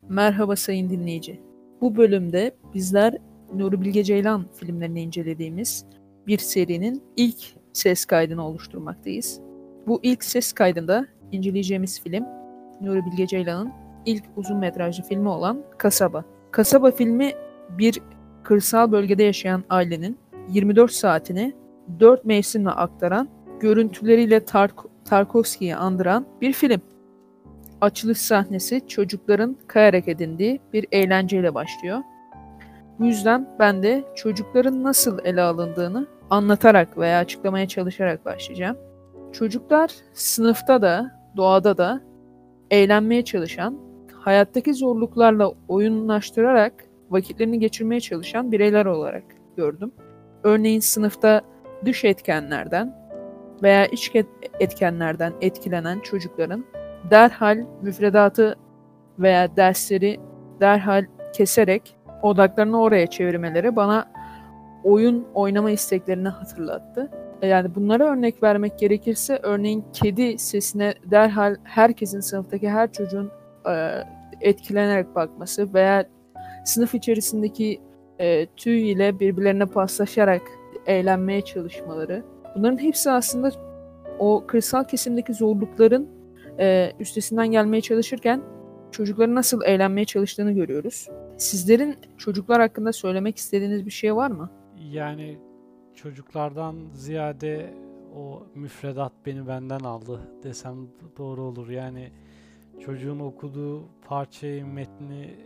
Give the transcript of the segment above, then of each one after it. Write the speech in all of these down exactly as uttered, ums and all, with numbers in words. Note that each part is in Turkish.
Merhaba sayın dinleyici. Bu bölümde bizler Nuri Bilge Ceylan filmlerini incelediğimiz bir serinin ilk ses kaydını oluşturmaktayız. Bu ilk ses kaydında inceleyeceğimiz film Nuri Bilge Ceylan'ın ilk uzun metrajlı filmi olan Kasaba. Kasaba filmi bir kırsal bölgede yaşayan ailenin yirmi dört saatini dört mevsimle aktaran, görüntüleriyle Tark- Tarkovski'yi andıran bir film. Açılış sahnesi çocukların kayarak edindiği bir eğlenceyle başlıyor. Bu yüzden ben de çocukların nasıl ele alındığını anlatarak veya açıklamaya çalışarak başlayacağım. Çocuklar sınıfta da, doğada da eğlenmeye çalışan, hayattaki zorluklarla oyunlaştırarak vakitlerini geçirmeye çalışan bireyler olarak gördüm. Örneğin sınıfta dış etkenlerden veya iç etkenlerden etkilenen çocukların derhal müfredatı veya dersleri derhal keserek odaklarını oraya çevirmeleri bana oyun oynama isteklerini hatırlattı. Yani bunlara örnek vermek gerekirse örneğin kedi sesine derhal herkesin, sınıftaki her çocuğun e, etkilenerek bakması veya sınıf içerisindeki e, tüy ile birbirlerine paslaşarak eğlenmeye çalışmaları. Bunların hepsi aslında o kırsal kesimdeki zorlukların e, üstesinden gelmeye çalışırken çocukların nasıl eğlenmeye çalıştığını görüyoruz. Sizlerin çocuklar hakkında söylemek istediğiniz bir şey var mı? Yani çocuklardan ziyade o müfredat beni benden aldı desem doğru olur. Yani çocuğun okuduğu parçayı, metni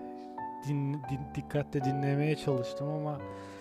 din, din, dikkatle dinlemeye çalıştım ama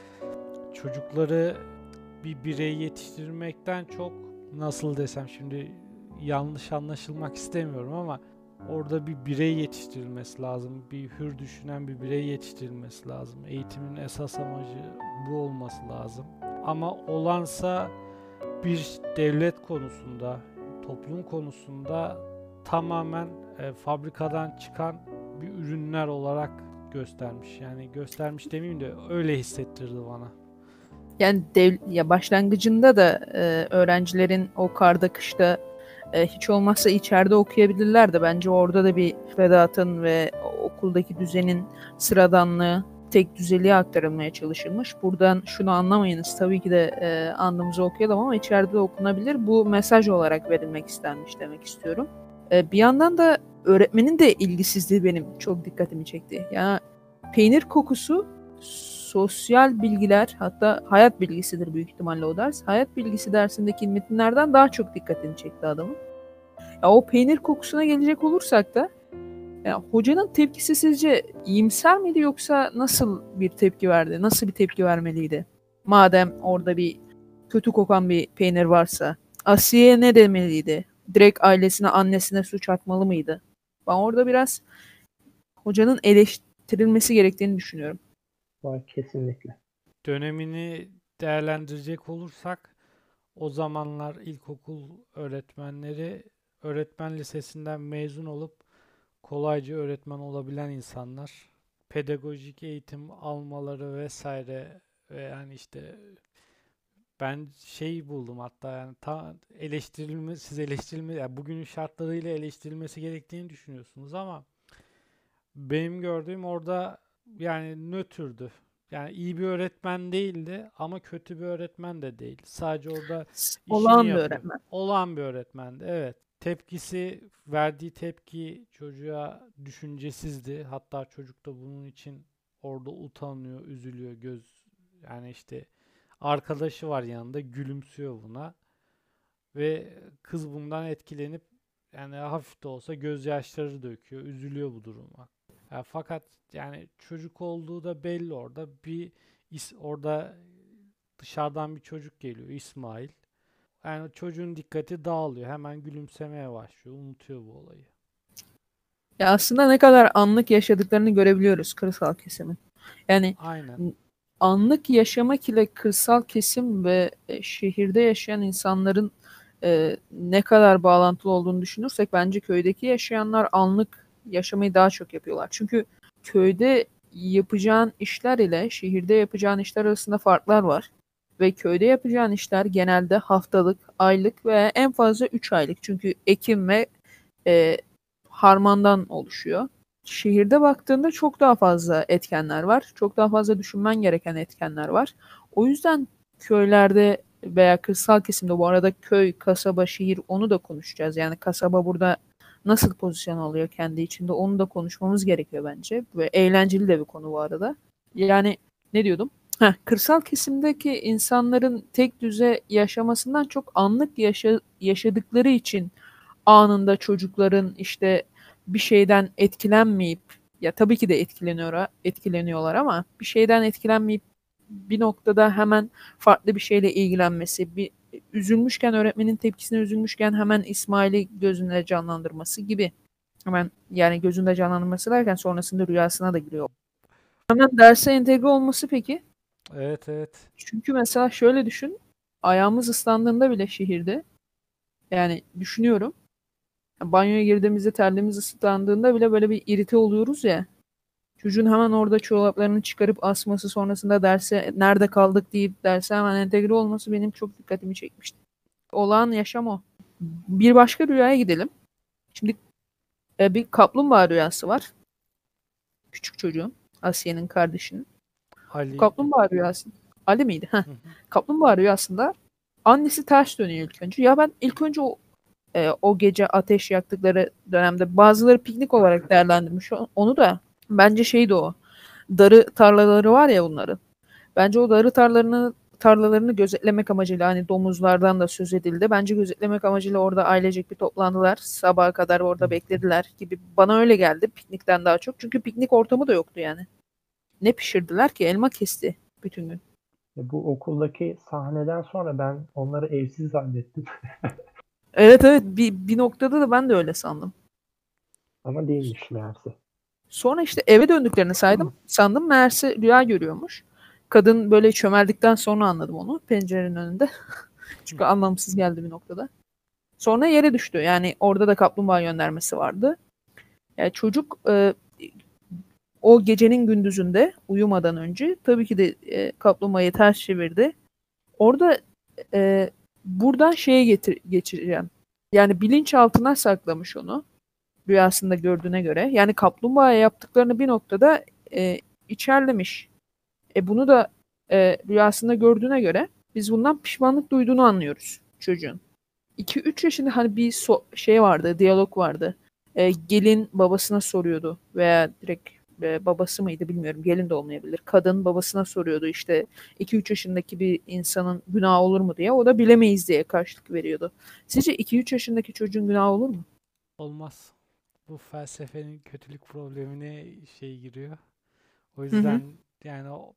çocukları bir birey yetiştirmekten çok, nasıl desem şimdi, yanlış anlaşılmak istemiyorum ama orada bir birey yetiştirilmesi lazım. Bir hür düşünen bir birey yetiştirilmesi lazım. Eğitimin esas amacı bu olması lazım. Ama olansa bir devlet konusunda, toplum konusunda tamamen e, fabrikadan çıkan bir ürünler olarak göstermiş. Yani göstermiş demeyeyim de öyle hissettirdi bana. Yani dev, ya başlangıcında da e, öğrencilerin o karda kışta e, hiç olmazsa içeride okuyabilirler de bence orada da bir müfredatın ve okuldaki düzenin sıradanlığı, tek düzeliğe aktarılmaya çalışılmış. Buradan şunu anlamayınız, tabii ki de e, andımızı okuyalım ama içeride de okunabilir. Bu mesaj olarak verilmek istenmiş demek istiyorum. E, bir yandan da öğretmenin de ilgisizliği benim çok dikkatimi çekti. Yani peynir kokusu sosyal bilgiler, hatta hayat bilgisidir büyük ihtimalle o ders. Hayat bilgisi dersindeki metinlerden daha çok dikkatini çekti adamın. Ya o peynir kokusuna gelecek olursak da ya hocanın tepkisi sizce iyimser miydi yoksa nasıl bir tepki verdi? Nasıl bir tepki vermeliydi? Madem orada bir kötü kokan bir peynir varsa Asiye'ye ne demeliydi? Direkt ailesine, annesine suç atmalı mıydı? Ben orada biraz hocanın eleştirilmesi gerektiğini düşünüyorum. Var kesinlikle. Dönemini değerlendirecek olursak, o zamanlar ilkokul öğretmenleri öğretmen lisesinden mezun olup kolayca öğretmen olabilen insanlar. Pedagojik eğitim almaları vesaire ve yani işte ben şey buldum, hatta yani ta eleştirilme siz eleştirilme yani bugünün şartlarıyla eleştirilmesi gerektiğini düşünüyorsunuz ama benim gördüğüm orada yani nötrdü. Yani iyi bir öğretmen değildi ama kötü bir öğretmen de değil. Sadece orada işini Olağan bir yapıyor. öğretmen. Olan bir öğretmendi. Evet. Tepkisi, verdiği tepki çocuğa düşüncesizdi. Hatta çocuk da bunun için orada utanıyor, üzülüyor, göz yani işte arkadaşı var yanında, gülümsüyor buna ve kız bundan etkilenip yani hafif de olsa gözyaşları döküyor, üzülüyor bu duruma. Ya fakat yani çocuk olduğu da belli orada. Bir is, orada dışarıdan bir çocuk geliyor, İsmail. Yani çocuğun dikkati dağılıyor. Hemen gülümsemeye başlıyor. Unutuyor bu olayı. Ya aslında ne kadar anlık yaşadıklarını görebiliyoruz kırsal kesimin. Yani Aynen. anlık yaşamak ile kırsal kesim ve e, şehirde yaşayan insanların e, ne kadar bağlantılı olduğunu düşünürsek bence köydeki yaşayanlar anlık yaşamayı daha çok yapıyorlar. Çünkü köyde yapacağın işler ile şehirde yapacağın işler arasında farklar var. Ve köyde yapacağın işler genelde haftalık, aylık veya en fazla üç aylık. Çünkü ekim ve e, harmandan oluşuyor. şehirde baktığında çok daha fazla etkenler var. Çok daha fazla düşünmen gereken etkenler var. O yüzden köylerde veya kırsal kesimde, bu arada köy, kasaba, şehir, onu da konuşacağız. Yani kasaba burada nasıl pozisyon alıyor kendi içinde, onu da konuşmamız gerekiyor bence. Ve eğlenceli de bir konu bu arada. Yani ne diyordum? Heh, kırsal kesimdeki insanların tek düze yaşamasından çok anlık yaşa- yaşadıkları için anında çocukların işte bir şeyden etkilenmeyip, ya tabii ki de etkileniyor, etkileniyorlar ama bir şeyden etkilenmeyip bir noktada hemen farklı bir şeyle ilgilenmesi, bir üzülmüşken öğretmenin tepkisine üzülmüşken hemen İsmail'i gözünde canlandırması gibi. Hemen yani gözünde canlandırması derken sonrasında rüyasına da giriyor. Hemen derse entegre olması peki? Evet, evet. Çünkü mesela şöyle düşün. Ayağımız ıslandığında bile şehirde, yani düşünüyorum. Banyoya girdiğimizde terliğimiz ıslandığında bile böyle bir irite oluyoruz ya. Çocuğun hemen orada çoraplarını çıkarıp asması, sonrasında derse nerede kaldık deyip derse hemen entegre olması benim çok dikkatimi çekmişti. Olağan yaşam o. Bir başka rüyaya gidelim. Şimdi e, bir kaplumbağa rüyası var. Küçük çocuğun. Asiye'nin kardeşinin. Bu Ali. kaplumbağa rüyası. Ali miydi? Heh. Hı hı. Kaplumbağa rüyasında annesi ters dönüyor ilk önce. Ya ben ilk önce o e, o gece ateş yaktıkları dönemde bazıları piknik olarak değerlendirmiş o- onu da. Bence şeydi o. Darı tarlaları var ya bunların. Bence o darı tarlalarını tarlalarını gözetlemek amacıyla, hani domuzlardan da söz edildi. Bence gözetlemek amacıyla orada ailecek bir toplandılar. Sabaha kadar orada beklediler gibi. Bana öyle geldi piknikten daha çok. Çünkü piknik ortamı da yoktu yani. Ne pişirdiler ki? Elma kesti bütün gün. E, Bu okuldaki sahneden sonra ben onları evsiz zannettim. Evet, evet, bir, bir noktada da ben de öyle sandım. Ama değilmiş meğerse. Sonra işte eve döndüklerini saydım. Sandım meğerse rüya görüyormuş. Kadın böyle çömeldikten sonra anladım onu pencerenin önünde. Çünkü anlamsız geldi bir noktada. Sonra yere düştü. Yani orada da kaplumbağa göndermesi vardı. Yani çocuk e, o gecenin gündüzünde uyumadan önce tabii ki de e, kaplumbağayı ters çevirdi. Orada e, buradan şeye getir, geçireceğim. Yani bilinçaltına saklamış onu. Rüyasında gördüğüne göre. Yani kaplumbağaya yaptıklarını bir noktada e, içerlemiş. E bunu da e, rüyasında gördüğüne göre biz bundan pişmanlık duyduğunu anlıyoruz çocuğun. iki üç yaşında hani bir so- şey vardı, diyalog vardı. E, gelin babasına soruyordu veya direkt e, babası mıydı bilmiyorum. Gelin de olmayabilir. Kadın babasına soruyordu işte iki üç yaşındaki bir insanın günahı olur mu diye. O da bilemeyiz diye karşılık veriyordu. Sizce iki üç yaşındaki çocuğun günahı olur mu? Olmaz. Bu felsefenin kötülük problemine şey giriyor. O Hı hı. yüzden yani o,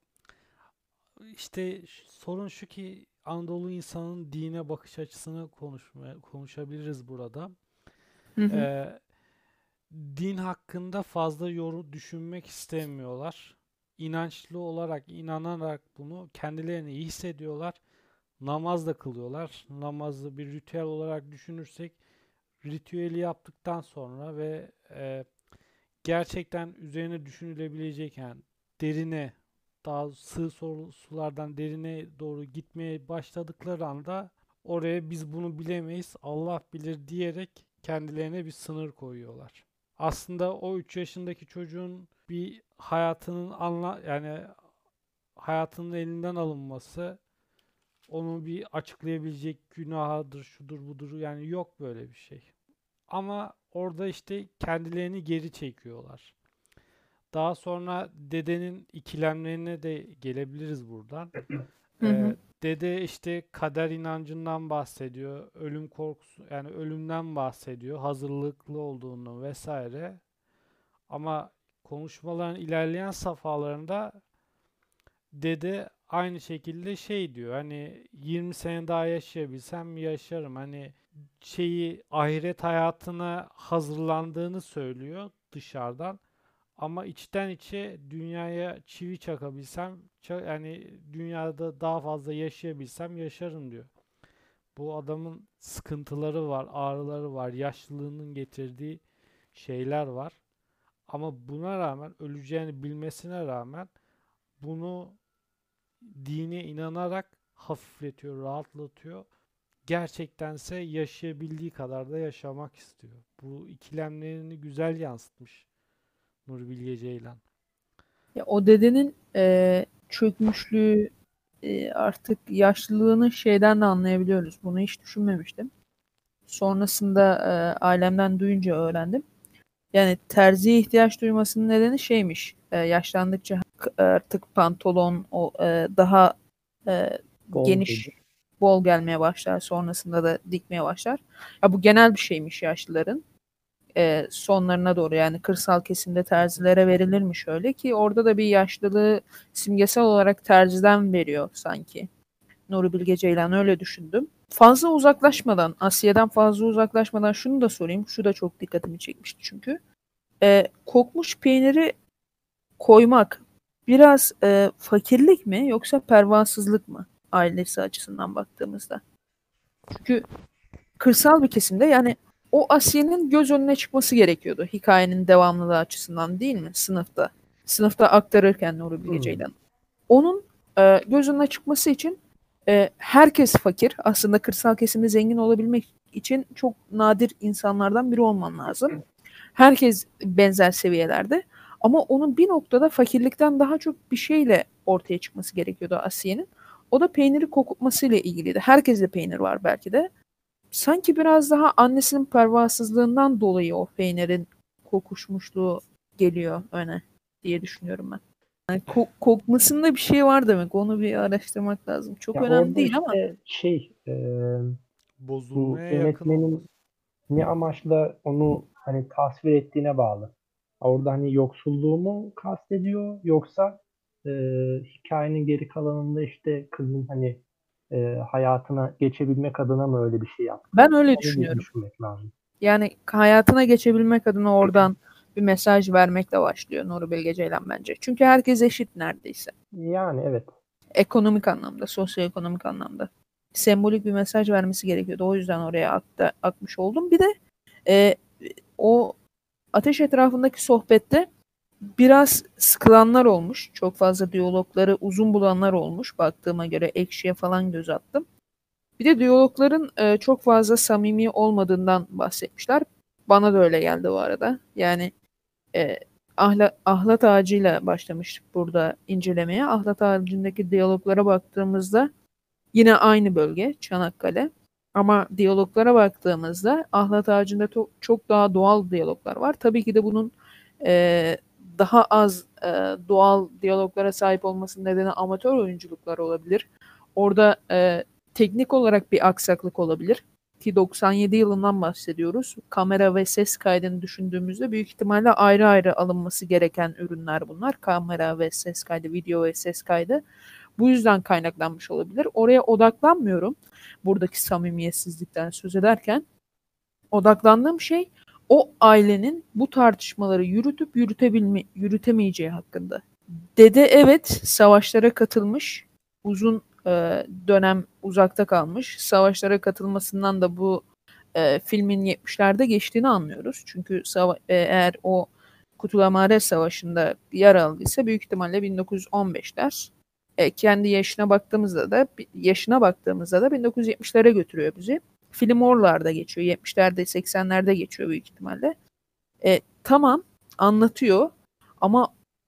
işte ş- sorun şu ki Anadolu insanın dine bakış açısını konuşmaya konuşabiliriz burada. Hı hı. Ee, Din hakkında fazla yorum düşünmek istemiyorlar. İnançlı olarak, inanarak bunu kendilerini iyi hissediyorlar. Namaz da kılıyorlar. Namazı bir ritüel olarak düşünürsek, ritüeli yaptıktan sonra ve e, gerçekten üzerine düşünülebilecek yani derine, daha sığ soru- sulardan derine doğru gitmeye başladıkları anda oraya biz bunu bilemeyiz, Allah bilir diyerek kendilerine bir sınır koyuyorlar. Aslında o üç yaşındaki çocuğun bir hayatının anla yani hayatının elinden alınması, onu bir açıklayabilecek günahıdır, şudur budur, yani yok böyle bir şey. Ama orada işte kendilerini geri çekiyorlar. Daha sonra dedenin ikilemlerine de gelebiliriz buradan. Hı hı. Ee, Dede işte kader inancından bahsediyor, ölüm korkusu yani ölümden bahsediyor, hazırlıklı olduğunu vesaire. Ama konuşmaların ilerleyen safhalarında dede aynı şekilde şey diyor, hani yirmi sene daha yaşayabilsem yaşarım, hani şeyi ahiret hayatına hazırlandığını söylüyor dışarıdan. Ama içten içe dünyaya çivi çakabilsem, ça- yani dünyada daha fazla yaşayabilsem yaşarım diyor. Bu adamın sıkıntıları var, ağrıları var, yaşlılığının getirdiği şeyler var. Ama buna rağmen, öleceğini bilmesine rağmen bunu dine inanarak hafifletiyor, rahatlatıyor. Gerçektense yaşayabildiği kadar da yaşamak istiyor. Bu ikilemlerini güzel yansıtmış Nuri Bilge Ceylan. Ya o dedenin e, çökmüşlüğü, e, artık yaşlılığını şeyden de anlayabiliyoruz. Bunu hiç düşünmemiştim. Sonrasında e, ailemden duyunca öğrendim. Yani terziye ihtiyaç duymasının nedeni şeymiş. E, yaşlandıkça artık pantolon o e, daha e, Bol geniş, gelir. bol gelmeye başlar. Sonrasında da dikmeye başlar. Ya bu genel bir şeymiş yaşlıların. E, sonlarına doğru, yani kırsal kesimde terzilere verilirmiş öyle ki orada da bir yaşlılığı simgesel olarak terziden veriyor sanki. Nuri Bilge Ceylan, öyle düşündüm. Fazla uzaklaşmadan, Asya'dan fazla uzaklaşmadan şunu da sorayım. Şu da çok dikkatimi çekmişti çünkü. E, kokmuş peyniri koymak biraz e, fakirlik mi yoksa pervasızlık mı ailesi açısından baktığımızda? Çünkü kırsal bir kesimde, yani o Asiye'nin göz önüne çıkması gerekiyordu hikayenin devamlılığı açısından, değil mi? Sınıfta. Sınıfta aktarırken Nuri Bilge Hmm. Ceylan. Onun e, göz önüne çıkması için e, herkes fakir. Aslında kırsal kesimde zengin olabilmek için çok nadir insanlardan biri olman lazım. Herkes benzer seviyelerde. Ama onun bir noktada fakirlikten daha çok bir şeyle ortaya çıkması gerekiyordu Asiye'nin. O da peyniri kokutmasıyla ilgiliydi. Herkeste peynir var belki de. Sanki biraz daha annesinin pervasızlığından dolayı o peynirin kokuşmuşluğu geliyor öne diye düşünüyorum ben. Yani ko- kokmasında bir şey var demek. Onu bir araştırmak lazım. Çok Ya önemli orada değil ama işte şey e, bu Bozulmaya yakın yönetmenin olması. ne amaçla onu hani tasvir ettiğine bağlı. Orada hani yoksulluğu mu kastediyor yoksa e, hikayenin geri kalanında işte kızın hani e, hayatına geçebilmek adına mı öyle bir şey yaptı? ben öyle Onu bir düşünüyorum. düşünmek lazım. Yani hayatına geçebilmek adına oradan bir mesaj vermekle başlıyor Nuri Bilge Ceylan bence. Çünkü herkes eşit neredeyse. Yani evet. Ekonomik anlamda, sosyoekonomik anlamda. Sembolik bir mesaj vermesi gerekiyordu. O yüzden oraya akta, akmış oldum. Bir de e, o ateş etrafındaki sohbette biraz sıkılanlar olmuş. Çok fazla diyalogları uzun bulanlar olmuş. Baktığıma göre Ekşi'ye falan göz attım. Bir de diyalogların e, çok fazla samimi olmadığından bahsetmişler. Bana da öyle geldi bu arada. Yani e, ahla, ahlat ağacıyla başlamıştık burada incelemeye. Ahlat ağacındaki diyaloglara baktığımızda yine aynı bölge Çanakkale. Ama diyaloglara baktığımızda ahlat ağacında to- çok daha doğal diyaloglar var. Tabii ki de bunun e, daha az e, doğal diyaloglara sahip olmasının nedeni amatör oyunculuklar olabilir. Orada e, teknik olarak bir aksaklık olabilir. Ki doksan yedi yılından bahsediyoruz. Kamera ve ses kaydını düşündüğümüzde büyük ihtimalle ayrı ayrı alınması gereken ürünler bunlar. Kamera ve ses kaydı, video ve ses kaydı. Bu yüzden kaynaklanmış olabilir. Oraya odaklanmıyorum buradaki samimiyetsizlikten söz ederken. Odaklandığım şey o ailenin bu tartışmaları yürütüp yürütebilme, yürütemeyeceği hakkında. Dede evet savaşlara katılmış, uzun e, dönem uzakta kalmış. Savaşlara katılmasından da bu e, filmin yetmişlerde geçtiğini anlıyoruz. Çünkü sava- e, eğer o Kutulamare Savaşı'nda yer aldıysa büyük ihtimalle bin dokuz yüz on beşler. E, kendi yaşına baktığımızda da yaşına baktığımızda da bin dokuz yüz yetmişlere götürüyor bizi. Film oralarda geçiyor. yetmişlerde seksenlerde geçiyor büyük ihtimalle. E, tamam anlatıyor ama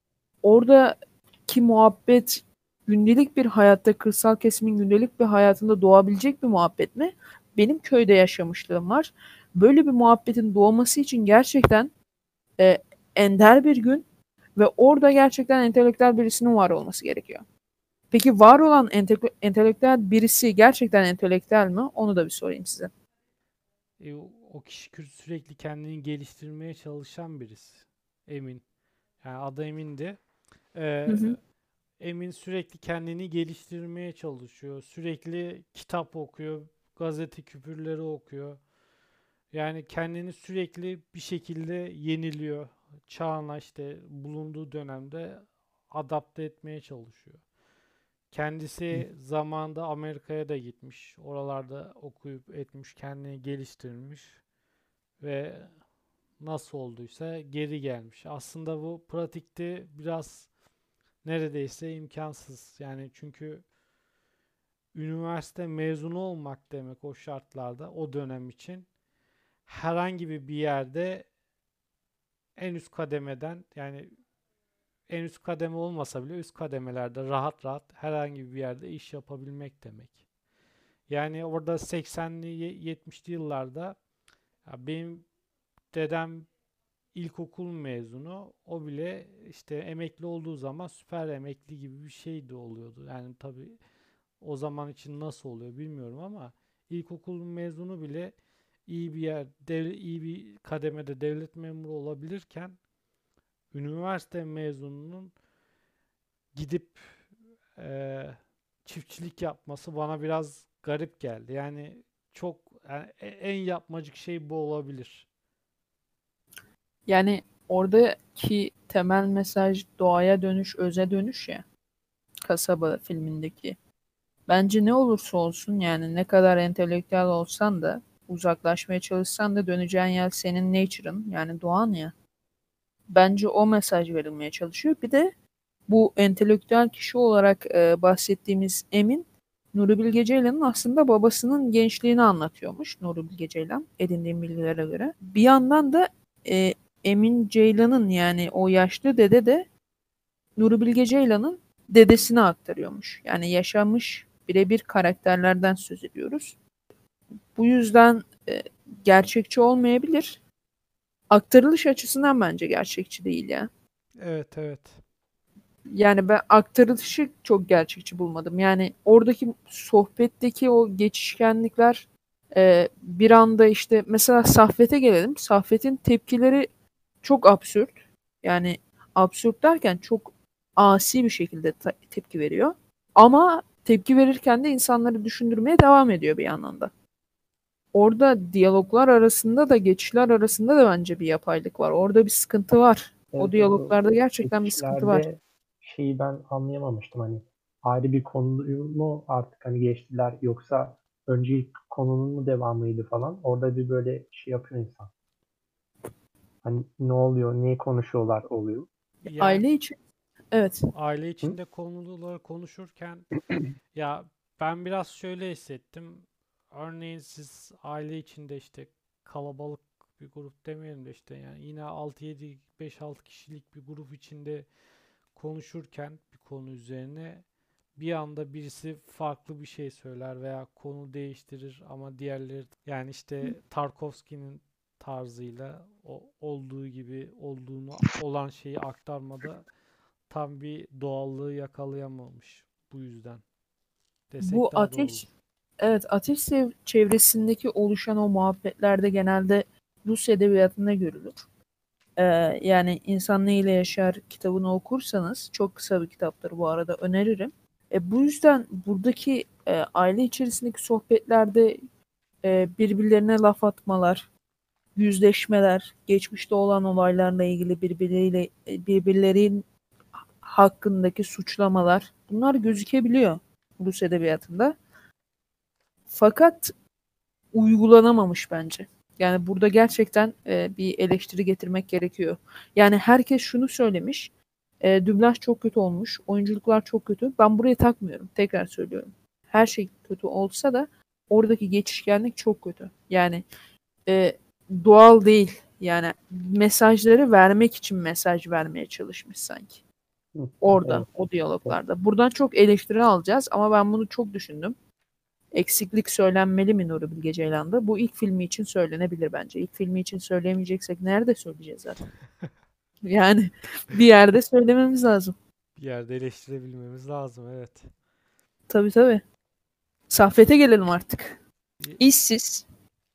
oradaki muhabbet gündelik bir hayatta, kırsal kesimin gündelik bir hayatında doğabilecek bir muhabbet mi? Benim köyde yaşamışlığım var. Böyle bir muhabbetin doğması için gerçekten e, ender bir gün ve orada gerçekten entelektüel birisinin var olması gerekiyor. Peki var olan ente- entelektüel birisi gerçekten entelektüel mi? Onu da bir sorayım size. E, o, o kişi kü- sürekli kendini geliştirmeye çalışan birisi. Emin. Yani adı Emin'di. Hı Ee, hı. Emin sürekli kendini geliştirmeye çalışıyor. Sürekli kitap okuyor. Gazete küpürleri okuyor. Yani kendini sürekli bir şekilde yeniliyor. Çağına işte bulunduğu dönemde adapte etmeye çalışıyor. Kendisi zamanında Amerika'ya da gitmiş. Oralarda okuyup etmiş, kendini geliştirmiş ve nasıl olduysa geri gelmiş. Aslında bu pratikte biraz neredeyse imkansız. Yani çünkü üniversite mezunu olmak demek o şartlarda, o dönem için herhangi bir bir yerde en üst kademeden, yani en üst kademe olmasa bile üst kademelerde rahat rahat herhangi bir yerde iş yapabilmek demek. Yani orada seksenli yetmişli yıllarda ya benim dedem ilkokul mezunu, o bile işte emekli olduğu zaman süper emekli gibi bir şey de oluyordu. Yani tabii o zaman için nasıl oluyor bilmiyorum ama ilkokul mezunu bile iyi bir yer, dev, iyi bir kademede devlet memuru olabilirken üniversite mezununun gidip eee, çiftçilik yapması bana biraz garip geldi. Yani çok, yani e- en yapmacık şey bu olabilir. Yani oradaki temel mesaj doğaya dönüş, öze dönüş ya. Kasaba filmindeki. Bence ne olursa olsun, yani ne kadar entelektüel olsan da, uzaklaşmaya çalışsan da döneceğin yer senin nature'ın, yani doğan ya. Bence o mesaj verilmeye çalışıyor. Bir de bu entelektüel kişi olarak e, bahsettiğimiz Emin, Nuri Bilge Ceylan'ın aslında babasının gençliğini anlatıyormuş Nuri Bilge Ceylan, edindiğim bilgilere göre. Bir yandan da e, Emin Ceylan'ın, yani o yaşlı dede de Nuri Bilge Ceylan'ın dedesine aktarıyormuş. Yani yaşamış birebir karakterlerden söz ediyoruz. Bu yüzden e, gerçekçi olmayabilir. Aktarılış açısından bence gerçekçi değil ya. Evet, evet. Yani ben aktarılışı çok gerçekçi bulmadım. Yani oradaki sohbetteki o geçişkenlikler, e, bir anda işte mesela Saffet'e gelelim. Saffet'in tepkileri çok absürt. Yani absürt derken çok asi bir şekilde ta- tepki veriyor. Ama tepki verirken de insanları düşündürmeye devam ediyor bir yandan da. Orada diyaloglar arasında da, geçişler arasında da bence bir yapaylık var. Orada bir sıkıntı var. O Evet, o diyaloglarda gerçekten bir sıkıntı var. geçişlerde şeyi ben anlayamamıştım, hani ayrı bir konuyu mu artık hani geçtiler, yoksa önce ilk konunun mu devamıydı falan. Orada bir böyle şey yapıyor insan. Hani ne oluyor, ne konuşuyorlar oluyor. Yani Aile için evet. aile Hı? içinde konuları konuşurken ya ben biraz şöyle hissettim. Örneğin siz aile içinde işte kalabalık bir grup demeyelim de işte yani yine altı yedi beş altı kişilik bir grup içinde konuşurken bir konu üzerine bir anda birisi farklı bir şey söyler veya konu değiştirir ama diğerleri, yani işte Tarkovski'nin tarzıyla o olduğu gibi olduğunu olan şeyi aktarmada tam bir doğallığı yakalayamamış bu yüzden Bu desek daha doğru ateş olur. evet, ateş sev- çevresindeki oluşan o muhabbetlerde genelde Rus edebiyatında görülür. Ee, Yani İnsan Ne ile Yaşar kitabını okursanız, çok kısa bir kitaptır bu arada, öneririm. E, bu yüzden buradaki e, aile içerisindeki sohbetlerde e, birbirlerine laf atmalar, yüzleşmeler, geçmişte olan olaylarla ilgili birbirleriyle e, birbirlerin hakkındaki suçlamalar, bunlar gözükebiliyor Rus edebiyatında. Fakat uygulanamamış bence. Yani burada gerçekten e, bir eleştiri getirmek gerekiyor. Yani herkes şunu söylemiş. E, dublaj çok kötü olmuş. Oyunculuklar çok kötü. Ben buraya takmıyorum. Tekrar söylüyorum. Her şey kötü olsa da oradaki geçişkenlik çok kötü. Yani e, doğal değil. Yani mesajları vermek için mesaj vermeye çalışmış sanki. Hı. Orada, Evet, o evet. diyaloglarda. Buradan çok eleştiri alacağız ama ben bunu çok düşündüm. Eksiklik söylenmeli mi Nuri Bilge Ceylan'da? Bu ilk filmi için söylenebilir bence. İlk filmi için söyleyemeyeceksek nerede söyleyeceğiz zaten? Yani bir yerde söylememiz lazım. Bir yerde eleştirebilmemiz lazım, evet. Tabii tabii. Saffet'e gelelim artık. Bir İşsiz.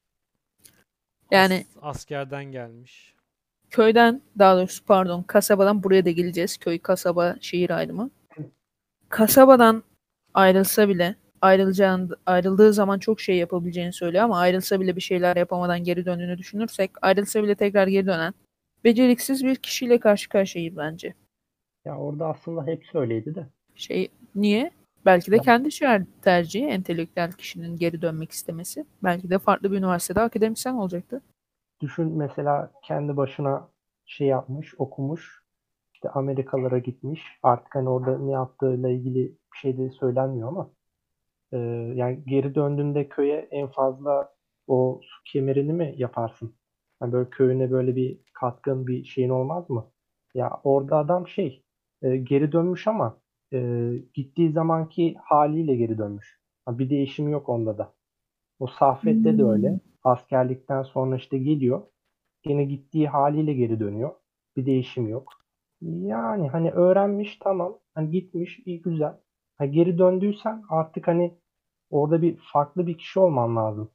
Yani as- askerden gelmiş. köyden, daha doğrusu pardon, kasabadan buraya da geleceğiz. Köy, kasaba, şehir ayrımı. Kasabadan ayrılsa bile, ayrılacağını, ayrıldığı zaman çok şey yapabileceğini söylüyor ama ayrılsa bile bir şeyler yapamadan geri döndüğünü düşünürsek, ayrılsa bile tekrar geri dönen beceriksiz bir kişiyle karşı karşıyayız bence. Ya orada aslında hepsi öyleydi de. Şey, niye? Belki de Ya kendi şer tercihi, entelektüel kişinin geri dönmek istemesi. Belki de farklı bir üniversitede akademisyen olacaktı. düşün, mesela kendi başına şey yapmış, okumuş, işte Amerikalara gitmiş. Artık hani orada ne yaptığıyla ilgili bir şey de söylenmiyor ama e, yani geri döndüğünde köye en fazla o su kemerini mi yaparsın? Hani böyle köyüne böyle bir katkın bir şeyin olmaz mı? Ya orada adam şey e, geri dönmüş ama e, gittiği zamanki haliyle geri dönmüş. Ha, bir değişim yok onda da. O Saffet'te de Hmm. öyle. Askerlikten sonra işte geliyor. Yine gittiği haliyle geri dönüyor. Bir değişim yok. Yani hani öğrenmiş tamam. Hani gitmiş iyi güzel. Ha, geri döndüysen artık hani orada bir farklı bir kişi olman lazım.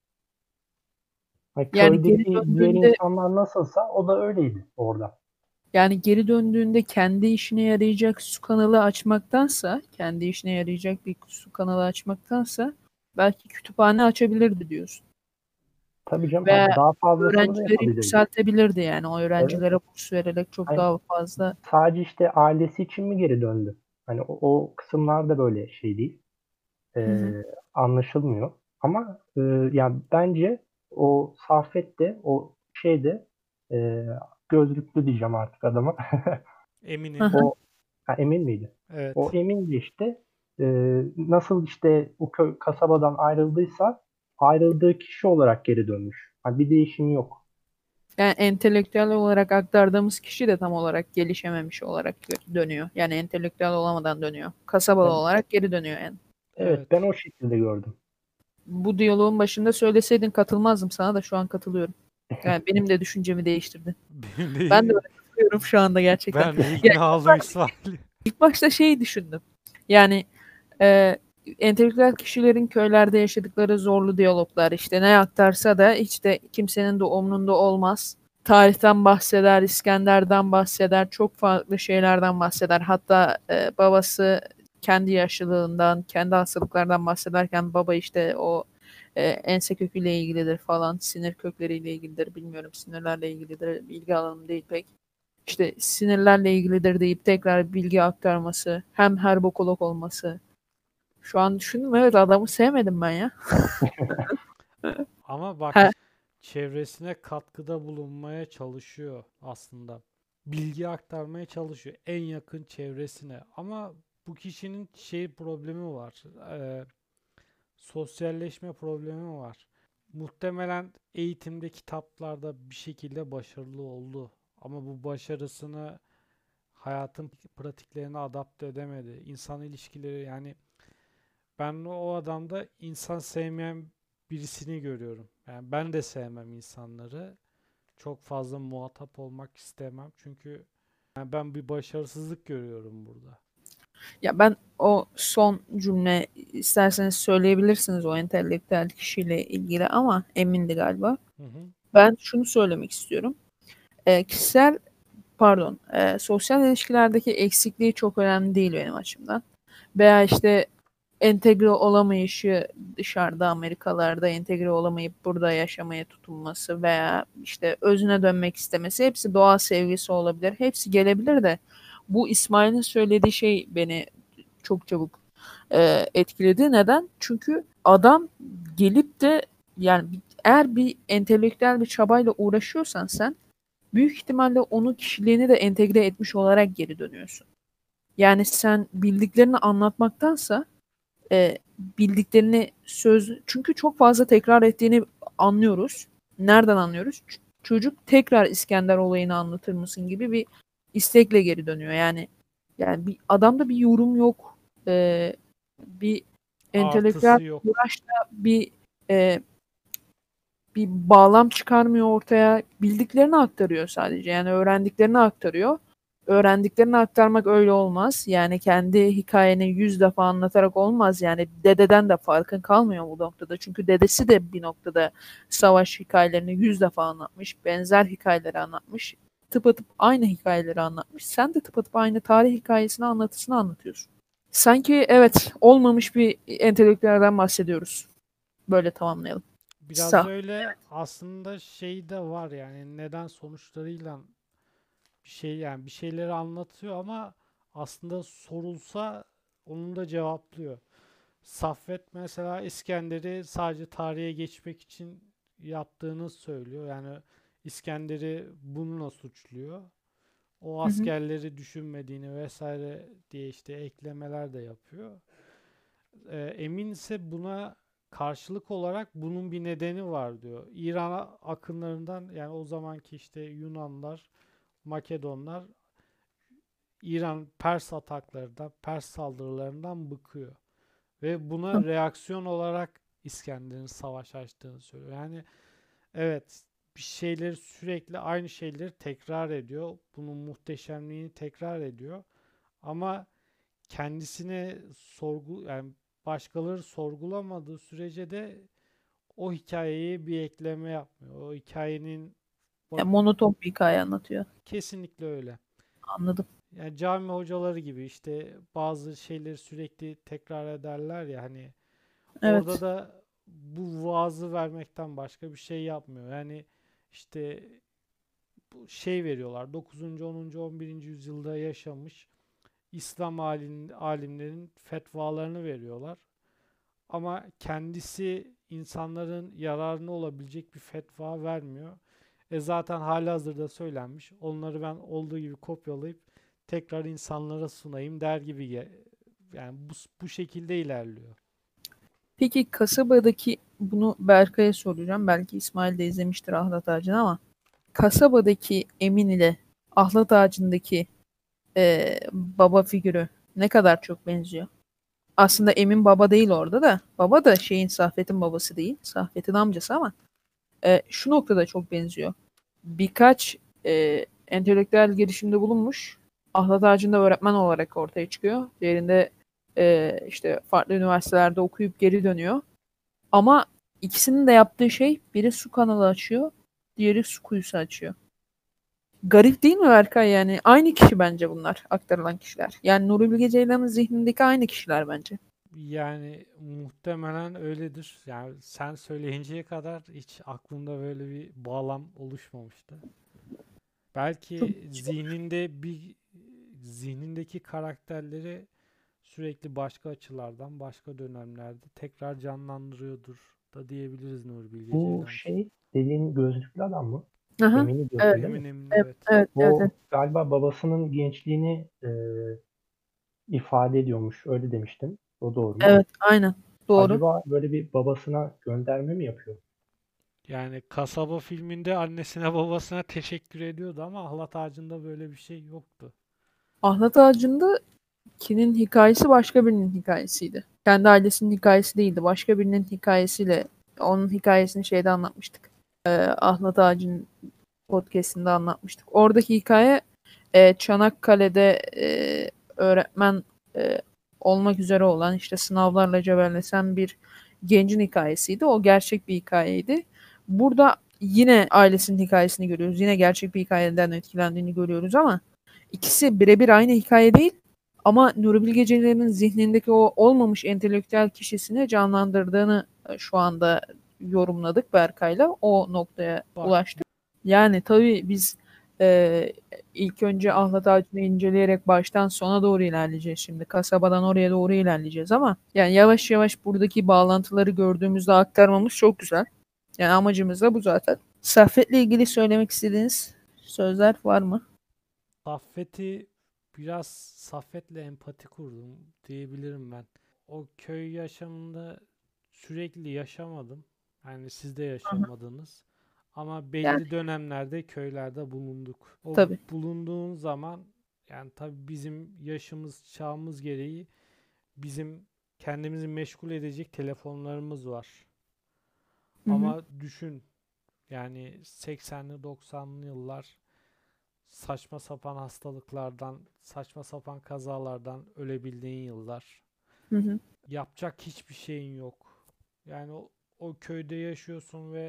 Hani Yani geri köydeki diğer döndüğünde insanlar nasılsa o da öyleydi orada. yani geri döndüğünde kendi işine yarayacak su kanalı açmaktansa, kendi işine yarayacak bir su kanalı açmaktansa belki kütüphane açabilirdi diyorsun. Tabii canım Ve ha, daha fazlasını da öğrencileri yapabilirdi. yükseltebilirdi yani. O Evet. öğrencilere burs vererek çok Hani daha fazla. sadece işte ailesi için mi geri döndü? Hani o, o kısımlar da böyle şey değil. Hı Ee, hı. anlaşılmıyor. Ama e, yani bence o Saffet de o şeyde e, gözlüklü diyeceğim artık adama. Hı Eminim. hı. O ha, Emin miydi? O Evet. Emin de işte e, nasıl işte o köy, kasabadan ayrıldıysa ayrıldığı kişi olarak geri dönmüş. Ha, bir değişimi yok. Yani entelektüel olarak aktardığımız kişi de tam olarak gelişememiş olarak dönüyor. Yani entelektüel olamadan dönüyor. Kasabalı Ben, olarak geri dönüyor yani. evet ben Evet. o şekilde gördüm. Bu diyaloğun başında söyleseydin katılmazdım sana da şu an katılıyorum. Yani benim de düşüncemi değiştirdi. Benim Ben de de öyle katılıyorum şu anda gerçekten. ben de Ya ikna oldum İsmail. ilk başta şeyi düşündüm. Yani e, entelektüel kişilerin köylerde yaşadıkları zorlu diyaloglar işte ne aktarsa da hiç de kimsenin de umrunda olmaz. Tarihten bahseder, İskender'den bahseder, çok farklı şeylerden bahseder. Hatta e, babası kendi yaşlılığından, kendi hastalıklardan bahsederken baba işte o e, ense köküyle ilgilidir falan, sinir kökleriyle ilgilidir, bilmiyorum sinirlerle ilgilidir, bilgi alanım değil pek. İşte sinirlerle ilgilidir deyip tekrar bilgi aktarması, hem herbokolog olması. Şu an düşündüm evet adamı sevmedim ben ya. Ama bak, He. çevresine katkıda bulunmaya çalışıyor aslında. Bilgi aktarmaya çalışıyor en yakın çevresine. Ama bu kişinin şey problemi var. eee, sosyalleşme problemi var. Muhtemelen eğitimde, kitaplarda bir şekilde başarılı oldu. Ama bu başarısını hayatın pratiklerine adapte edemedi. İnsan ilişkileri, yani ben o adamda insan sevmeyen birisini görüyorum. Yani ben de sevmem insanları. Çok fazla muhatap olmak istemem. Çünkü yani ben bir başarısızlık görüyorum burada. Ya ben o son cümle isterseniz söyleyebilirsiniz o entelektüel kişiyle ilgili ama emindi galiba. Hı hı. Ben şunu söylemek istiyorum. E, kişisel pardon e, sosyal ilişkilerdeki eksikliği çok önemli değil benim açımdan. Veya işte entegre olamayışı dışarıda Amerikalarda entegre olamayıp burada yaşamaya tutunması veya işte özüne dönmek istemesi hepsi doğa sevgisi olabilir. Hepsi gelebilir de bu İsmail'in söylediği şey beni çok çabuk e, etkiledi. Neden? Çünkü adam gelip de yani eğer bir entelektüel bir çabayla uğraşıyorsan sen büyük ihtimalle onun kişiliğini de entegre etmiş olarak geri dönüyorsun. Yani sen bildiklerini anlatmaktansa e, bildiklerini söz çünkü çok fazla tekrar ettiğini anlıyoruz. Nereden anlıyoruz? Ç- çocuk tekrar İskender olayını anlatır mısın gibi bir istekle geri dönüyor. Yani yani bir adamda bir yorum yok. E, bir entelektüel Artısı yok. uğraşla bir e, bir bağlam çıkarmıyor ortaya. Bildiklerini aktarıyor sadece. Yani öğrendiklerini aktarıyor. Öğrendiklerini aktarmak öyle olmaz. Yani kendi hikayeni yüz defa anlatarak olmaz. Yani dededen de farkın kalmıyor bu noktada. Çünkü dedesi de bir noktada savaş hikayelerini yüz defa anlatmış. Benzer hikayeleri anlatmış. Tıpatıp aynı hikayeleri anlatmış. Sen de tıpatıp aynı tarih hikayesini anlatısını anlatıyorsun. Sanki evet olmamış bir entelektüelden bahsediyoruz. Böyle tamamlayalım. Biraz Sağ. öyle aslında, şey de var yani, neden sonuçlarıyla bir şey, yani bir şeyleri anlatıyor ama aslında sorulsa onun da cevaplıyor. Saffet mesela İskender'i sadece tarihe geçmek için yaptığını söylüyor. Yani İskender'i bununla suçluyor. O Hı hı. askerleri düşünmediğini vesaire diye işte eklemeler de yapıyor. Ee, Emin ise buna karşılık olarak bunun bir nedeni var diyor. İran akınlarından, yani o zamanki işte Yunanlar, Makedonlar İran Pers ataklarından, Pers saldırılarından bıkıyor. Ve buna reaksiyon olarak İskender'in savaş açtığını söylüyor. Yani evet, bir şeyleri sürekli aynı şeyleri tekrar ediyor. Bunun muhteşemliğini tekrar ediyor. Ama kendisine sorgu, yani başkaları sorgulamadığı sürece de o hikayeye bir ekleme yapmıyor. O hikayenin Yani bak, monoton bir hikaye anlatıyor. kesinlikle öyle. Anladım. Yani cami hocaları gibi işte bazı şeyleri sürekli tekrar ederler ya, hani orada Evet. da bu vaazı vermekten başka bir şey yapmıyor. Yani işte bu şey veriyorlar. dokuzuncu. onuncu. on birinci yüzyılda yaşamış İslam alim, alimlerin fetvalarını veriyorlar. Ama kendisi insanların yararına olabilecek bir fetva vermiyor. E zaten halihazırda söylenmiş. Onları ben olduğu gibi kopyalayıp tekrar insanlara sunayım der gibi ge- yani bu, bu şekilde ilerliyor. Peki kasabadaki, bunu Berkay'a soracağım. Belki İsmail de izlemiştir Ahlat Ağacı'nı ama kasabadaki Emin ile Ahlat Ağacı'ndaki e, baba figürü ne kadar çok benziyor? Aslında Emin baba değil orada da. Baba da şeyin, Saffet'in babası değil. Saffet'in amcası ama e, şu noktada çok benziyor. Birkaç e, entelektüel girişimde bulunmuş. Ahlat Ağacı'nda öğretmen olarak ortaya çıkıyor. Diğerinde e, işte farklı üniversitelerde okuyup geri dönüyor. Ama ikisinin de yaptığı şey, biri su kanalı açıyor, diğeri su kuyusu açıyor. Garip değil mi Berkay yani? Aynı kişi bence bunlar, aktarılan kişiler. Yani Nuri Bilge Ceylan'ın zihnindeki aynı kişiler bence. Yani muhtemelen öyledir. Yani sen söyleyinceye kadar hiç aklımda böyle bir bağlam oluşmamıştı. Çok Belki zihninde bir zihnindeki karakterleri sürekli başka açılardan, başka dönemlerde tekrar canlandırıyordur da diyebiliriz Nuri Bilge Bu Ceylan için. şey dediğin gözlüklü adam mı? Aha, Emin'i diyorsun evet, değil mi? Emin Emin, evet, evet. evet, evet, evet. O galiba babasının gençliğini e, ifade ediyormuş. Öyle demiştim. O doğru mu? Evet, aynen. Doğru. Acaba böyle bir babasına gönderme mi yapıyor? Yani Kasaba filminde annesine babasına teşekkür ediyordu ama Ahlat Ağacı'nda böyle bir şey yoktu. Ahlat Ağacı'ndakinin hikayesi başka birinin hikayesiydi. Kendi ailesinin hikayesi değildi. Başka birinin hikayesiyle, onun hikayesini şeyde anlatmıştık. Ee, Ahlat Ağacı'nın podcast'inde anlatmıştık. Oradaki hikaye e, Çanakkale'de e, öğretmen e, olmak üzere olan, işte sınavlarla cebellesen bir gencin hikayesiydi. O gerçek bir hikayeydi. Burada yine ailesinin hikayesini görüyoruz. Yine gerçek bir hikayeden etkilendiğini görüyoruz ama ikisi birebir aynı hikaye değil. Ama Nuri Bilge Ceylan'ın zihnindeki o olmamış entelektüel kişisini canlandırdığını e, şu anda yorumladık Berkay'la. O noktaya Bak, ulaştık. Yani tabii biz e, ilk önce Ahlat Ağacı'nı inceleyerek baştan sona doğru ilerleyeceğiz şimdi. Kasabadan oraya doğru ilerleyeceğiz ama yani yavaş yavaş buradaki bağlantıları gördüğümüzde aktarmamız çok güzel. Yani amacımız da bu zaten. Saffet'le ilgili söylemek istediğiniz sözler var mı? Saffet'i biraz Saffet'le empati kurdum diyebilirim ben. O köy yaşamında sürekli yaşamadım. Yani siz de Hı hı. yaşamadınız. Ama Yani belli dönemlerde köylerde bulunduk. O tabii. bulunduğun zaman yani tabii bizim yaşımız, çağımız gereği bizim kendimizi meşgul edecek telefonlarımız var. Hı hı. Ama düşün, yani seksenli doksanlı yıllar saçma sapan hastalıklardan, saçma sapan kazalardan ölebildiğin yıllar. Hı hı. Yapacak hiçbir şeyin yok. Yani o, o köyde yaşıyorsun ve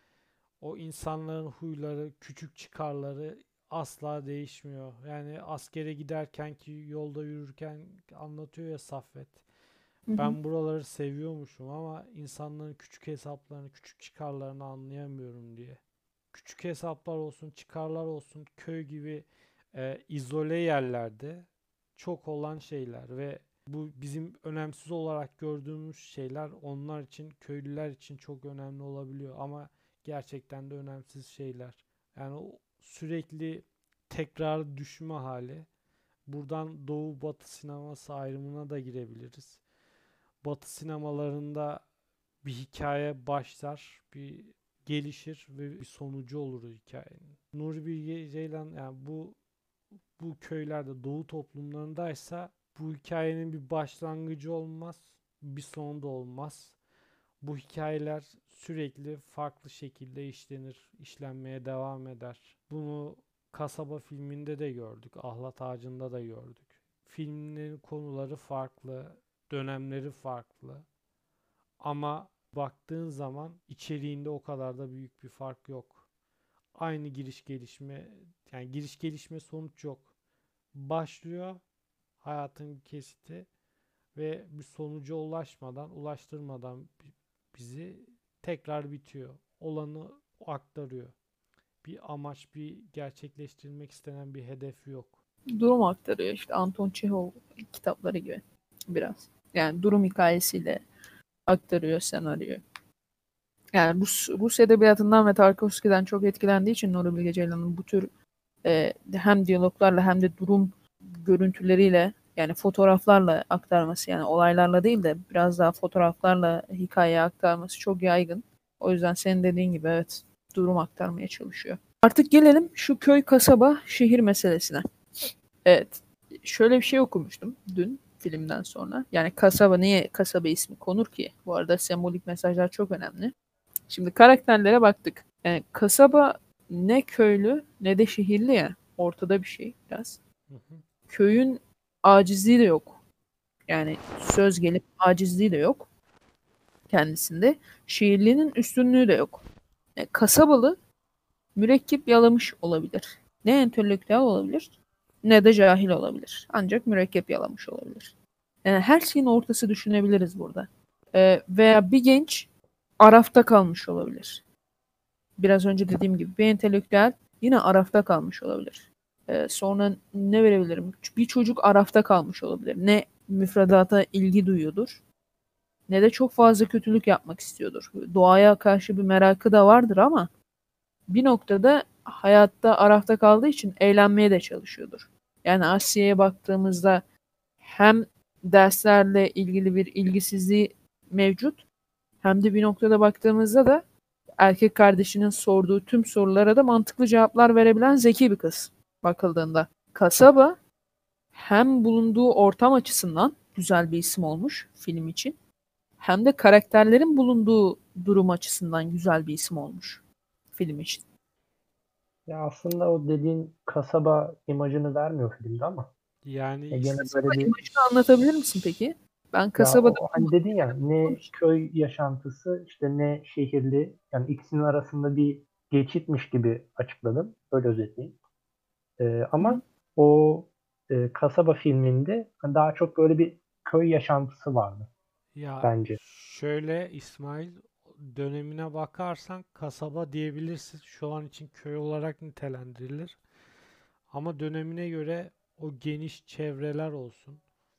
o insanların huyları, küçük çıkarları asla değişmiyor. Yani askere giderken ki yolda yürürken anlatıyor ya Saffet. Hı hı. Ben buraları seviyormuşum ama insanların küçük hesaplarını, küçük çıkarlarını anlayamıyorum diye. Küçük hesaplar olsun, çıkarlar olsun, köy gibi e, izole yerlerde çok olan şeyler ve bu bizim önemsiz olarak gördüğümüz şeyler onlar için, köylüler için çok önemli olabiliyor ama gerçekten de önemsiz şeyler. Yani o sürekli tekrar düşme hali. Buradan Doğu Batı sineması ayrımına da girebiliriz. Batı sinemalarında bir hikaye başlar, bir gelişir ve bir sonucu olur o hikayenin. Nuri Bilge Ceylan yani bu bu köylerde doğu toplumlarındaysa bu hikayenin bir başlangıcı olmaz, bir sonu da olmaz. Bu hikayeler sürekli farklı şekilde işlenir, işlenmeye devam eder. Bunu Kasaba filminde de gördük, Ahlat Ağacı'nda da gördük. Filmlerin konuları farklı, dönemleri farklı. Ama baktığın zaman içeriğinde o kadar da büyük bir fark yok. Aynı giriş gelişme, yani giriş gelişme sonuç yok. Başlıyor hayatın bir kesiti ve bir sonuca ulaşmadan, ulaştırmadan bizi tekrar bitiyor. Olanı aktarıyor. Bir amaç, bir gerçekleştirilmek istenen bir hedef yok. Durum aktarıyor işte Anton Çehov kitapları gibi biraz. Yani durum hikayesiyle aktarıyor senaryoyu. Yani Rus, Rus edebiyatından ve Tarkovski'den çok etkilendiği için Nuri Bilge Ceylan'ın bu tür e, hem diyaloglarla hem de durum görüntüleriyle yani fotoğraflarla aktarması yani olaylarla değil de biraz daha fotoğraflarla hikaye aktarması çok yaygın. O yüzden senin dediğin gibi evet durum aktarmaya çalışıyor. Artık gelelim şu köy, kasaba, şehir meselesine. Evet. Şöyle bir şey okumuştum dün filmden sonra. Yani kasaba niye kasaba ismi konur ki? Bu arada sembolik mesajlar çok önemli. Şimdi karakterlere baktık. Yani kasaba ne köylü ne de şehirli ya. Ortada bir şey biraz. Hı hı. Köyün acizliği de yok. Yani söz gelip acizliği de yok kendisinde. Şehirlinin üstünlüğü de yok. Yani kasabalı mürekkep yalamış olabilir. Ne entelektüel olabilir ne de cahil olabilir. Ancak mürekkep yalamış olabilir. Yani her şeyin ortası düşünebiliriz burada. Ee, veya bir genç arafta kalmış olabilir. Biraz önce dediğim gibi bir entelektüel yine arafta kalmış olabilir. Ee, sonra ne verebilirim? Bir çocuk arafta kalmış olabilir. Ne müfredata ilgi duyuyordur ne de çok fazla kötülük yapmak istiyordur. Doğaya karşı bir merakı da vardır ama bir noktada hayatta arafta kaldığı için eğlenmeye de çalışıyordur. Yani Asya'ya baktığımızda hem derslerle ilgili bir ilgisizliği mevcut hem de bir noktada baktığımızda da erkek kardeşinin sorduğu tüm sorulara da mantıklı cevaplar verebilen zeki bir kız bakıldığında. Kasaba hem bulunduğu ortam açısından güzel bir isim olmuş film için hem de karakterlerin bulunduğu durum açısından güzel bir isim olmuş film için. Ya aslında o dediğin kasaba imajını vermiyor filmde ama Yani ya gene is- Kasaba böyle bir imajını anlatabilir misin peki? Ben ya kasabada o, hani dedin ya ne köy yaşantısı işte ne şehirli yani ikisinin arasında bir geçitmiş gibi açıkladım. Öyle özetleyeyim. Ee, Hı hı. ama o e, kasaba filminde hani daha çok böyle bir köy yaşantısı vardı ya bence. şöyle İsmail dönemine bakarsan kasaba diyebilirsin. Şu an için köy olarak nitelendirilir. Ama dönemine göre o geniş çevreler olsun.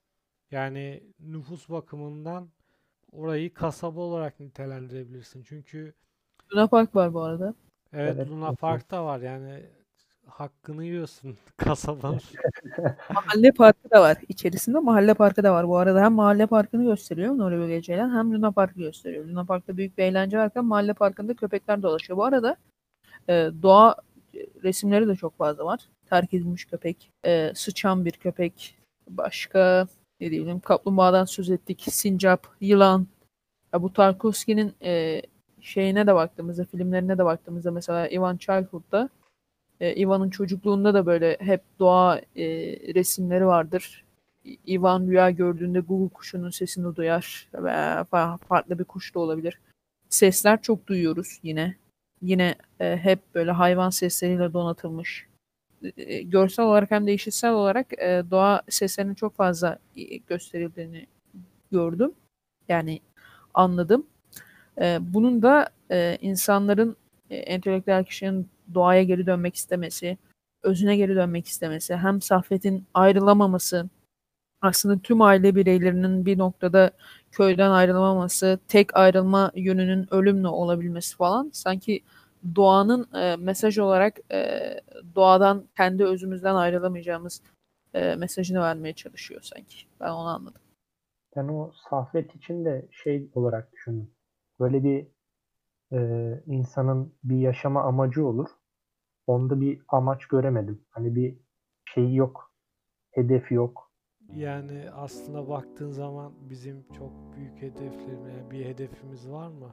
Yani nüfus bakımından orayı kasaba olarak nitelendirebilirsin. Çünkü Luna Park var bu arada. evet Evet. Luna Park da var yani hakkını yiyorsun kasabanın. Mahalle parkı da var. İçerisinde mahalle parkı da var. Bu arada hem mahalle parkını gösteriyor Nuri Bilge Ceylan hem Luna Park'ı gösteriyor. Luna Park'ta büyük bir eğlence varken mahalle parkında köpekler dolaşıyor. Bu arada e, doğa resimleri de çok fazla var. Terk edilmiş köpek, e, sıçan bir köpek, başka ne diyelim kaplumbağadan söz ettik, sincap, yılan. Ya bu Tarkovski'nin e, şeyine de baktığımızda, filmlerine de baktığımızda mesela Ivan Childhood'da e, Ivan'ın çocukluğunda da böyle hep doğa e, resimleri vardır. I- Ivan rüya gördüğünde Google kuşunun sesini duyar veya fa- farklı bir kuş da olabilir. Sesler çok duyuyoruz yine. Yine e, hep böyle hayvan sesleriyle donatılmış. E, görsel olarak hem de işitsel olarak e, doğa seslerinin çok fazla e, gösterildiğini gördüm. Yani anladım. E, bunun da e, insanların, e, entelektüel kişinin doğaya geri dönmek istemesi, özüne geri dönmek istemesi, hem Saffet'in ayrılamaması, aslında tüm aile bireylerinin bir noktada köyden ayrılamaması, tek ayrılma yönünün ölümle olabilmesi falan sanki doğanın e, mesaj olarak e, doğadan kendi özümüzden ayrılamayacağımız e, mesajını vermeye çalışıyor sanki. Ben onu anladım. Ben o Saffet için de şey olarak düşündüm. Böyle bir e, insanın bir yaşama amacı olur. Onda bir amaç göremedim. Hani bir şey yok, hedef yok. Yani aslında baktığın zaman bizim çok büyük hedeflerine yani bir hedefimiz var mı?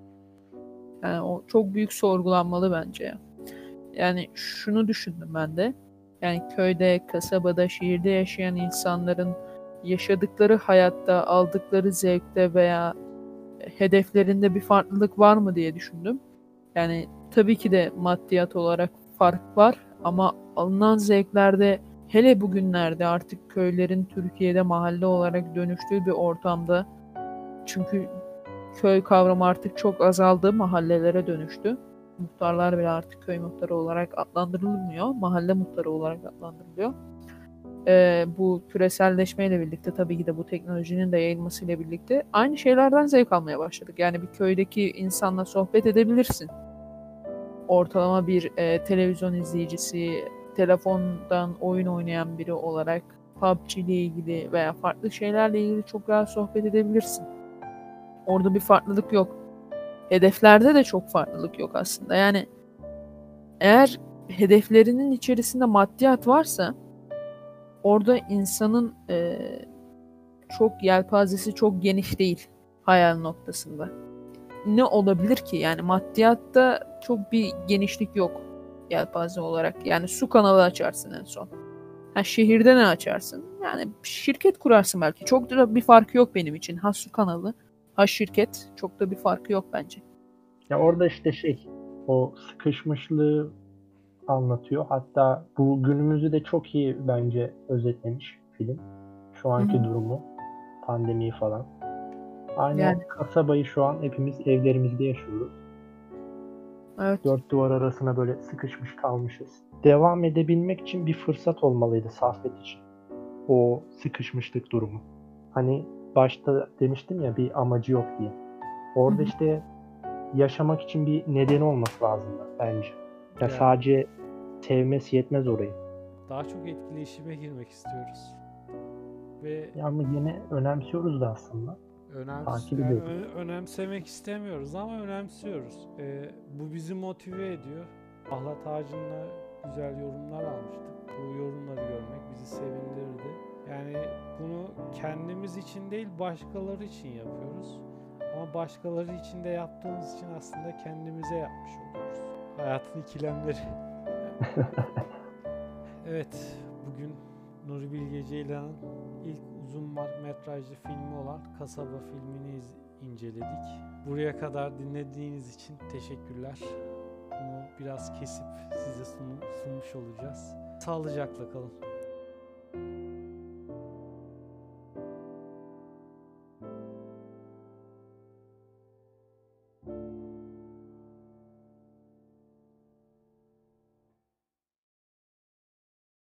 Yani o çok büyük sorgulanmalı bence ya. Yani şunu düşündüm ben de. Yani köyde, kasabada, şehirde yaşayan insanların yaşadıkları hayatta, aldıkları zevkte veya hedeflerinde bir farklılık var mı diye düşündüm. Yani tabii ki de maddiyat olarak fark var ama alınan zevklerde, hele bugünlerde artık köylerin Türkiye'de mahalle olarak dönüştüğü bir ortamda, çünkü köy kavramı artık çok azaldı, mahallelere dönüştü. Muhtarlar bile artık köy muhtarı olarak adlandırılmıyor, mahalle muhtarı olarak adlandırılıyor. Ee, bu küreselleşmeyle birlikte, tabii ki de bu teknolojinin de yayılmasıyla birlikte aynı şeylerden zevk almaya başladık. Yani bir köydeki insanla sohbet edebilirsin. Ortalama bir e, televizyon izleyicisi, telefondan oyun oynayan biri olarak P U B G ile ilgili veya farklı şeylerle ilgili çok rahat sohbet edebilirsin. Orada bir farklılık yok. Hedeflerde de çok farklılık yok aslında. Yani eğer hedeflerinin içerisinde maddiyat varsa, orada insanın e, çok yelpazesi çok geniş değil hayal noktasında. Ne olabilir ki? Yani maddiyatta çok bir genişlik yok yelpaze olarak. Yani su kanalı açarsın en son. Ha, şehirde ne açarsın? Yani şirket kurarsın belki. Çok da bir farkı yok benim için. Ha su kanalı, ha şirket. Çok da bir farkı yok bence. Ya orada işte şey, o sıkışmışlığı anlatıyor. Hatta bu günümüzü de çok iyi bence özetlemiş film. Şu Hı anki hı. durumu, pandemiyi falan. Aynı Yani o kasabayı şu an hepimiz evlerimizde yaşıyoruz. evet. Dört duvar arasına böyle sıkışmış kalmışız. Devam edebilmek için bir fırsat olmalıydı Safet için. O sıkışmışlık durumu. Hani başta demiştim ya, bir amacı yok diye. Hı Orada hı. işte yaşamak için bir nedeni olması lazımdı bence. Ya Ya sadece sevmesi yetmez orayı. daha çok etkileşime girmek istiyoruz ve Ya ama yine önemsiyoruz da aslında. önems Takip yani ediyoruz. ö- önemsemek istemiyoruz ama önemsiyoruz. Ee, bu bizi motive ediyor. Ahlat Ağacı'nda güzel yorumlar almıştık. Bu yorumları görmek bizi sevindirdi. Yani bunu kendimiz için değil başkaları için yapıyoruz. Ama başkaları için de yaptığımız için aslında kendimize yapmış oluyoruz. Hayatın ikilemleri. Evet, bugün Nuri Bilge Ceylan'ın ilk uzun metrajlı filmi olan Kasaba filmini iz- inceledik. Buraya kadar dinlediğiniz için teşekkürler. Bunu biraz kesip size sun- sunmuş olacağız. Sağlıcakla kalın.